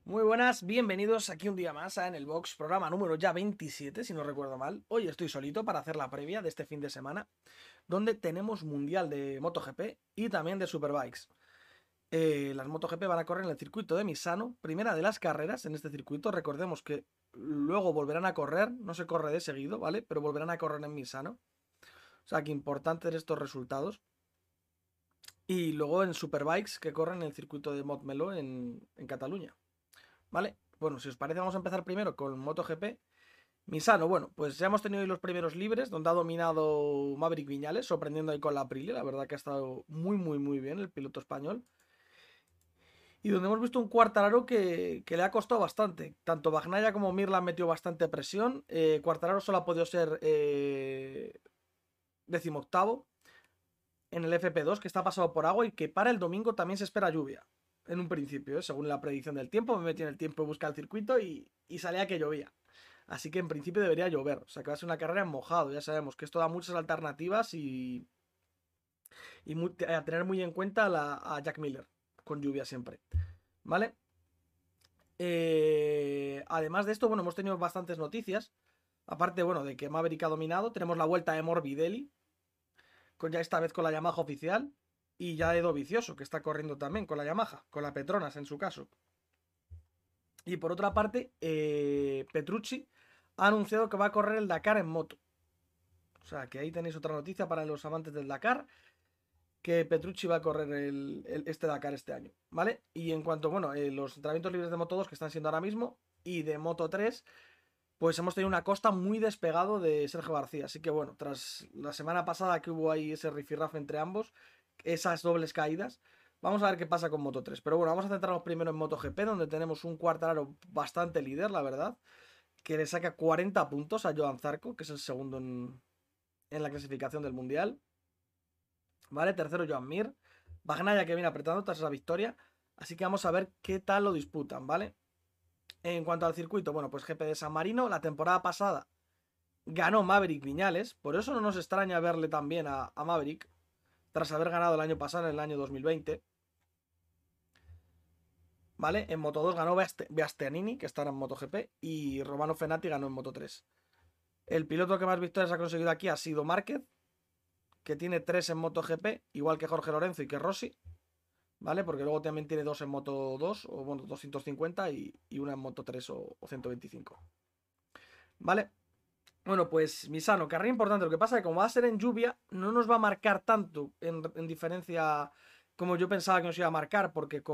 Muy buenas, bienvenidos aquí un día más a En el Box, programa número ya 27, si no recuerdo mal. Hoy estoy solito para hacer la previa de este fin de semana, donde tenemos Mundial de MotoGP y también de Superbikes. Las MotoGP van a correr en el circuito de Misano, primera de las carreras en este circuito. Recordemos que luego volverán a correr, no se corre de seguido, ¿vale? Pero volverán a correr en Misano. O sea que importantes estos resultados. Y luego en Superbikes, que corren en el circuito de Montmeló en Cataluña. ¿Vale? Bueno, si os parece, vamos a empezar primero con MotoGP. Misano, bueno, pues ya hemos tenido hoy los primeros libres, donde ha dominado Maverick Viñales, sorprendiendo ahí con la Aprilia. La verdad que ha estado muy bien el piloto español. Y donde hemos visto un Quartararo que le ha costado bastante. Tanto Bagnaia como Mir le han metido bastante presión. Quartararo solo ha podido ser 18º en el FP2, que está pasado por agua y que para el domingo también se espera lluvia. En un principio, según la predicción del tiempo, me metí en el tiempo y busqué el circuito y salía que llovía. Así que en principio debería llover. O sea que va a ser una carrera en mojado. Ya sabemos que esto da muchas alternativas y a tener muy en cuenta a Jack Miller. Con lluvia siempre. ¿Vale? Además de esto, bueno, hemos tenido bastantes noticias. Aparte, bueno, de que Maverick ha dominado. Tenemos la vuelta de Morbidelli. Ya esta vez con la Yamaha oficial. Y ya de Dovizioso, que está corriendo también con la Yamaha. Con la Petronas en su caso. Y por otra parte, Petrucci ha anunciado que va a correr el Dakar en moto. O sea, que ahí tenéis otra noticia para los amantes del Dakar, que Petrucci va a correr este Dakar este año, ¿vale? Y en cuanto, bueno, los entrenamientos libres de Moto 2 que están siendo ahora mismo, y de Moto 3, pues hemos tenido una costa muy despegado de Sergio García. Así que bueno, tras la semana pasada que hubo ahí ese rifirrafe entre ambos, esas dobles caídas, vamos a ver qué pasa con Moto 3. Pero bueno, vamos a centrarnos primero en MotoGP, donde tenemos un Quartararo bastante líder, la verdad, que le saca 40 puntos a Joan Zarco, que es el segundo en la clasificación del Mundial. ¿Vale? Tercero Joan Mir. Bagnaia que viene apretando tras esa victoria. Así que vamos a ver qué tal lo disputan, ¿vale? En cuanto al circuito, bueno, pues GP de San Marino, la temporada pasada ganó Maverick Viñales, por eso no nos extraña verle también a Maverick, tras haber ganado el año pasado, en el año 2020. ¿Vale? En Moto 2 ganó Bastianini, que está en MotoGP, y Romano Fenati ganó en Moto 3. El piloto que más victorias ha conseguido aquí ha sido Márquez, que tiene 3 en MotoGP, igual que Jorge Lorenzo y que Rossi. ¿Vale? Porque luego también tiene 2 en Moto 2, o bueno, 250 y una en Moto 3 o 125. ¿Vale? Bueno, pues Misano, carrera importante. Lo que pasa es que como va a ser en lluvia, no nos va a marcar tanto en diferencia como yo pensaba que nos iba a marcar, porque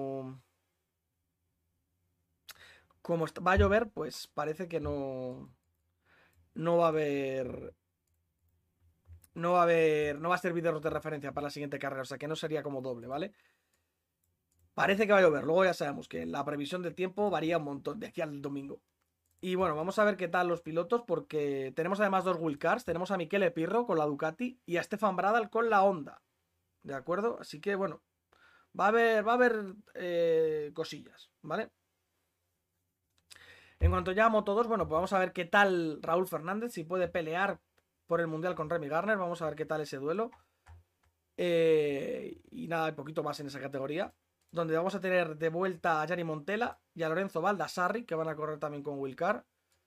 como va a llover, pues parece que no va a haber... no va a servir de referencia para la siguiente carrera, o sea que no sería como doble, ¿vale? Parece que va a llover, luego ya sabemos que la previsión del tiempo varía un montón de aquí al domingo. Y bueno, vamos a ver qué tal los pilotos, porque tenemos además dos wildcards. Tenemos a Michele Pirro con la Ducati y a Stefan Bradal con la Honda. ¿De acuerdo? Así que bueno, va a haber cosillas, ¿vale? En cuanto ya a Moto 2, bueno, pues vamos a ver qué tal Raúl Fernández, si puede pelear por el Mundial con Remy Garner. Vamos a ver qué tal ese duelo. Y nada, un poquito más en esa categoría. Donde vamos a tener de vuelta a Gianni Montella y a Lorenzo Baldassarri, que van a correr también con Wilcar.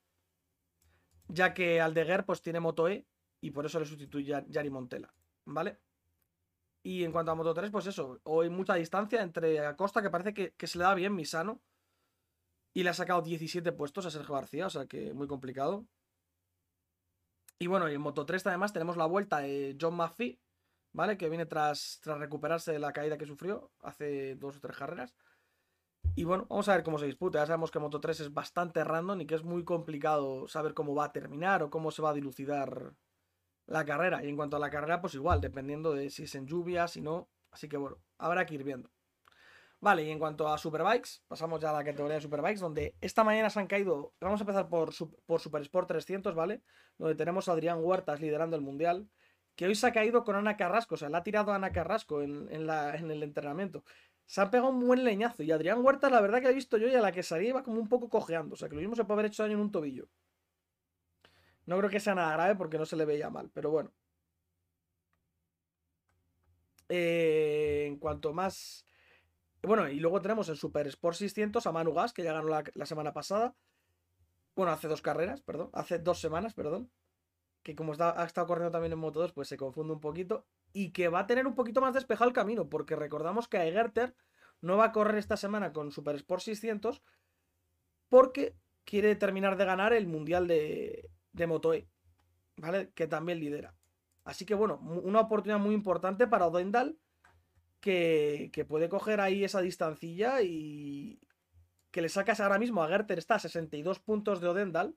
Ya que Aldeguer pues tiene Moto E y por eso le sustituye a Yari Montella, ¿vale? Y en cuanto a Moto 3, pues eso, hoy mucha distancia entre Acosta, que parece que se le da bien Misano, y le ha sacado 17 puestos a Sergio García, o sea que muy complicado. Y bueno, y en Moto 3 además tenemos la vuelta de John McPhee, ¿vale? Que viene tras recuperarse de la caída que sufrió hace 2 o 3 carreras. Y bueno, vamos a ver cómo se disputa. Ya sabemos que Moto 3 es bastante random y que es muy complicado saber cómo va a terminar o cómo se va a dilucidar la carrera. Y en cuanto a la carrera, pues igual, dependiendo de si es en lluvia, si no. Así que bueno, habrá que ir viendo. Vale, y en cuanto a Superbikes, pasamos ya a la categoría de Superbikes, donde esta mañana se han caído. Vamos a empezar por Super Sport 300, ¿vale? Donde tenemos a Adrián Huertas liderando el mundial. Que hoy se ha caído con Ana Carrasco, o sea, le ha tirado a Ana Carrasco en el entrenamiento. Se ha pegado un buen leñazo. Y Adrián Huertas, la verdad que he visto yo y a la que salía iba como un poco cojeando. O sea, que lo mismo se puede haber hecho daño en un tobillo. No creo que sea nada grave porque no se le veía mal, pero bueno. En cuanto más Bueno, y luego tenemos en Super Sport 600 a Manu Gas, que ya ganó la semana pasada. Bueno, hace 2 carreras, perdón. Hace 2 semanas, perdón. Que como ha estado corriendo también en Moto 2, pues se confunde un poquito. Y que va a tener un poquito más despejado el camino, porque recordamos que Egerter no va a correr esta semana con Super Sport 600 porque quiere terminar de ganar el Mundial de Moto E, ¿vale? Que también lidera. Así que bueno, una oportunidad muy importante para Odendal, que puede coger ahí esa distancilla y que le sacas ahora mismo a Gerter, está a 62 puntos de Odendal.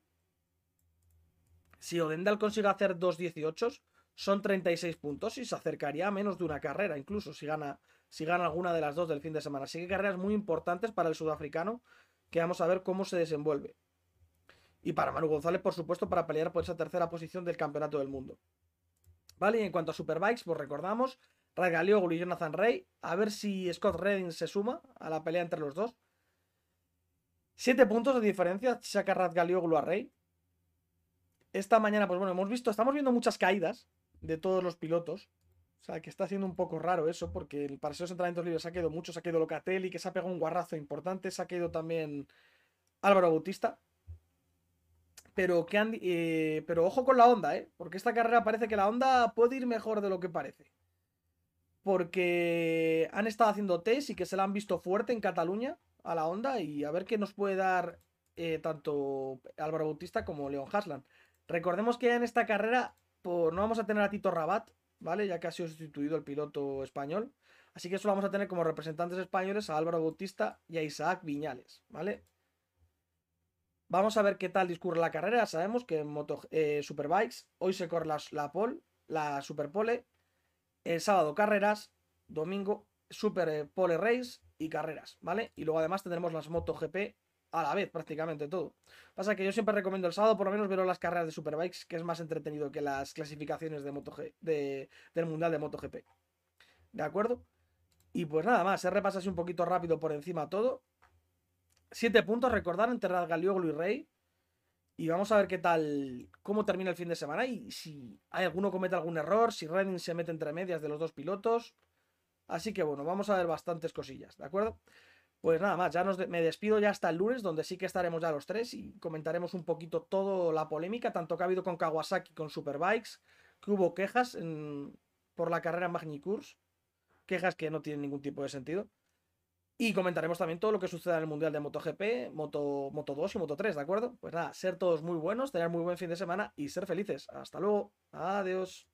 Si Odendal consigue hacer 2.18, son 36 puntos y se acercaría a menos de una carrera, incluso si gana alguna de las dos del fin de semana. Así que carreras muy importantes para el sudafricano, que vamos a ver cómo se desenvuelve. Y para Manu González, por supuesto, para pelear por esa tercera posición del campeonato del mundo. Vale, y en cuanto a Superbikes, pues recordamos, Radgalioglu y Jonathan Ray, a ver si Scott Redding se suma a la pelea entre los dos. 7 puntos de diferencia saca Radgalioglu a Ray. Esta mañana, pues bueno, estamos viendo muchas caídas de todos los pilotos. O sea, que está siendo un poco raro eso, porque para esos entrenamientos libres se ha caído mucho, se ha caído Locatelli, que se ha pegado un guarrazo importante, se ha caído también Álvaro Bautista. Pero ojo con la Honda, ¿eh? Porque esta carrera parece que la Honda puede ir mejor de lo que parece. Porque han estado haciendo test y que se la han visto fuerte en Cataluña a la Honda y a ver qué nos puede dar tanto Álvaro Bautista como Leon Haslam. Recordemos que en esta carrera no vamos a tener a Tito Rabat, ¿vale? Ya que ha sido sustituido el piloto español. Así que solo vamos a tener como representantes españoles a Álvaro Bautista y a Isaac Viñales, ¿vale? Vamos a ver qué tal discurre la carrera. Ya sabemos que en Superbikes hoy se corre la Superpole. El sábado carreras, domingo Super Pole Race y carreras, ¿vale? Y luego además tendremos las MotoGP a la vez, prácticamente todo. Pasa que yo siempre recomiendo el sábado por lo menos ver las carreras de Superbikes, que es más entretenido que las clasificaciones del Mundial de MotoGP. ¿De acuerdo? Y pues nada más, se repasa así un poquito rápido por encima todo. 7 puntos, recordar, entre Radgalioglu y Rey. Y vamos a ver qué tal, cómo termina el fin de semana y si hay alguno comete algún error, si Redding se mete entre medias de los dos pilotos. Así que bueno, vamos a ver bastantes cosillas, ¿de acuerdo? Pues nada más, me despido ya hasta el lunes, donde sí que estaremos ya los tres y comentaremos un poquito toda la polémica, tanto que ha habido con Kawasaki, con Superbikes, que hubo quejas por la carrera en Magny-Cours, quejas que no tienen ningún tipo de sentido. Y comentaremos también todo lo que suceda en el Mundial de MotoGP, Moto 2 y Moto 3, ¿de acuerdo? Pues nada, ser todos muy buenos, tener muy buen fin de semana y ser felices. Hasta luego. Adiós.